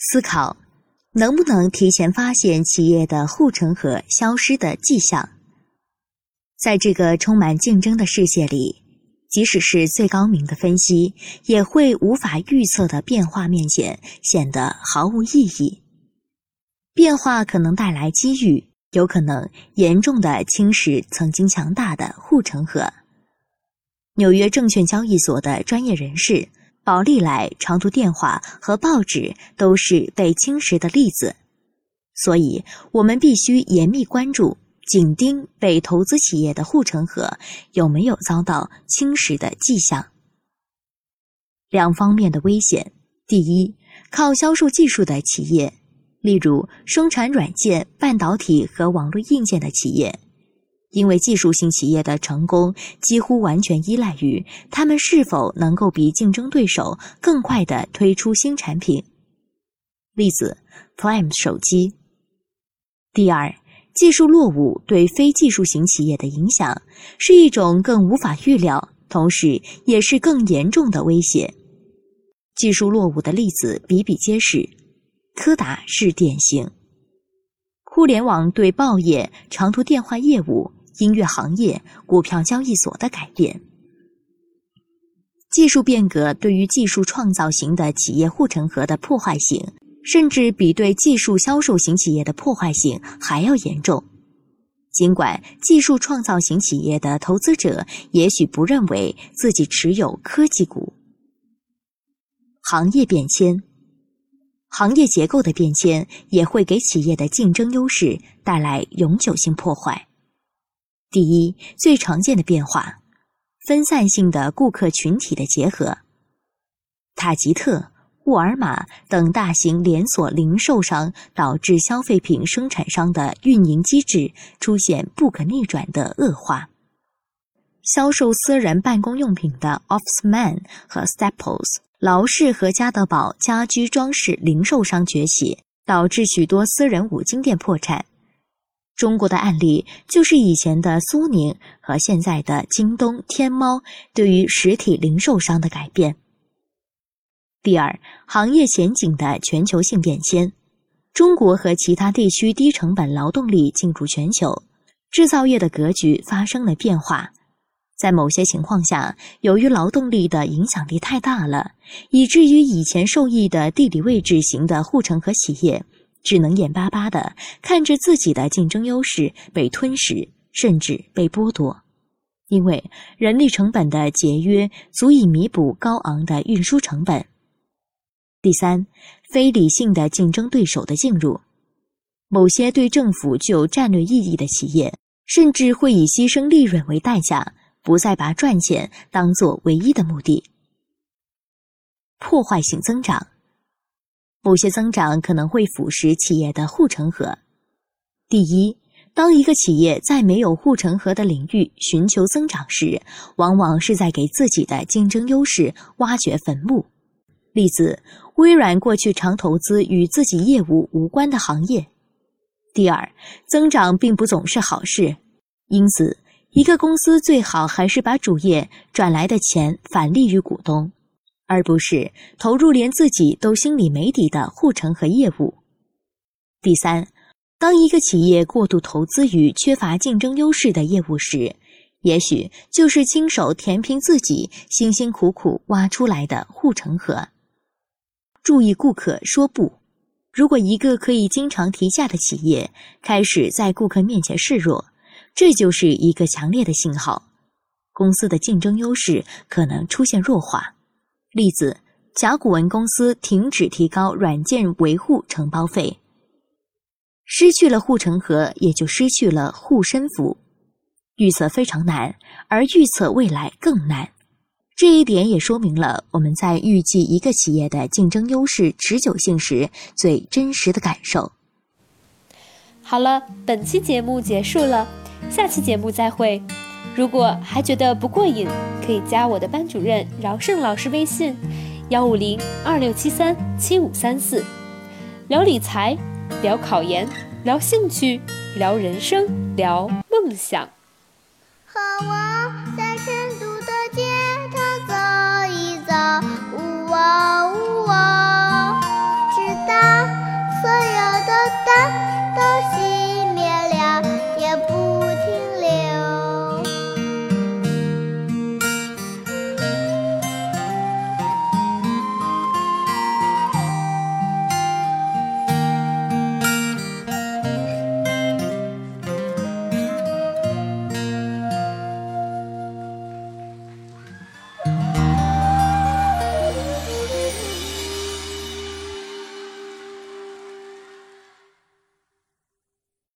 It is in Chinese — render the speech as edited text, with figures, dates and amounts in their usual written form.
思考能不能提前发现企业的护城河消失的迹象。在这个充满竞争的世界里，即使是最高明的分析，也会无法预测的变化面前显得毫无意义。变化可能带来机遇，有可能严重的侵蚀曾经强大的护城河。纽约证券交易所的专业人士、宝利来、长途电话和报纸都是被侵蚀的例子。所以我们必须严密关注，紧盯被投资企业的护城河有没有遭到侵蚀的迹象。两方面的危险。第一，靠销售技术的企业，例如生产软件、半导体和网络硬件的企业，因为技术型企业的成功几乎完全依赖于他们是否能够比竞争对手更快地推出新产品。例子 Flame 手机。第二，技术落伍对非技术型企业的影响是一种更无法预料，同时也是更严重的威胁。技术落伍的例子比比皆是，柯达是典型。互联网对报业、长途电话业务、音乐行业、股票交易所的改变。技术变革对于技术创造型的企业护城河的破坏性，甚至比对技术销售型企业的破坏性还要严重。尽管技术创造型企业的投资者也许不认为自己持有科技股。行业变迁。行业结构的变迁也会给企业的竞争优势带来永久性破坏。第一，最常见的变化，分散性的顾客群体的结合。塔吉特、沃尔玛等大型连锁零售商导致消费品生产商的运营机制出现不可逆转的恶化。销售私人办公用品的 Officeman 和 Staples、劳氏和家得宝家居装饰零售商崛起，导致许多私人五金店破产。中国的案例就是以前的苏宁和现在的京东、天猫对于实体零售商的改变。第二，行业前景的全球性变迁。中国和其他地区低成本劳动力进入全球，制造业的格局发生了变化。在某些情况下，由于劳动力的影响力太大了，以至于以前受益的地理位置型的护城河企业只能眼巴巴地看着自己的竞争优势被吞噬，甚至被剥夺。因为人力成本的节约足以弥补高昂的运输成本。第三，非理性的竞争对手的进入。某些对政府具有战略意义的企业，甚至会以牺牲利润为代价，不再把赚钱当作唯一的目的。破坏性增长。某些增长可能会腐蚀企业的护城河。第一，当一个企业在没有护城河的领域寻求增长时，往往是在给自己的竞争优势挖掘坟墓。例子，微软过去常投资与自己业务无关的行业。第二，增长并不总是好事，因此一个公司最好还是把主业赚来的钱返利于股东，而不是投入连自己都心里没底的护城河业务。第三，当一个企业过度投资于缺乏竞争优势的业务时，也许就是亲手填平自己辛辛苦苦挖出来的护城河。注意顾客说不。如果一个可以经常提价的企业开始在顾客面前示弱，这就是一个强烈的信号，公司的竞争优势可能出现弱化。例子，甲骨文公司停止提高软件维护承包费。失去了护城河，也就失去了护身符。预测非常难，而预测未来更难。这一点也说明了我们在预计一个企业的竞争优势持久性时最真实的感受。 好了，本期节目结束了，下期节目再会。如果还觉得不过瘾，可以加我的班主任饶胜老师微信15026737534，聊理财，聊考研，聊兴趣，聊人生，聊梦想。 好啊。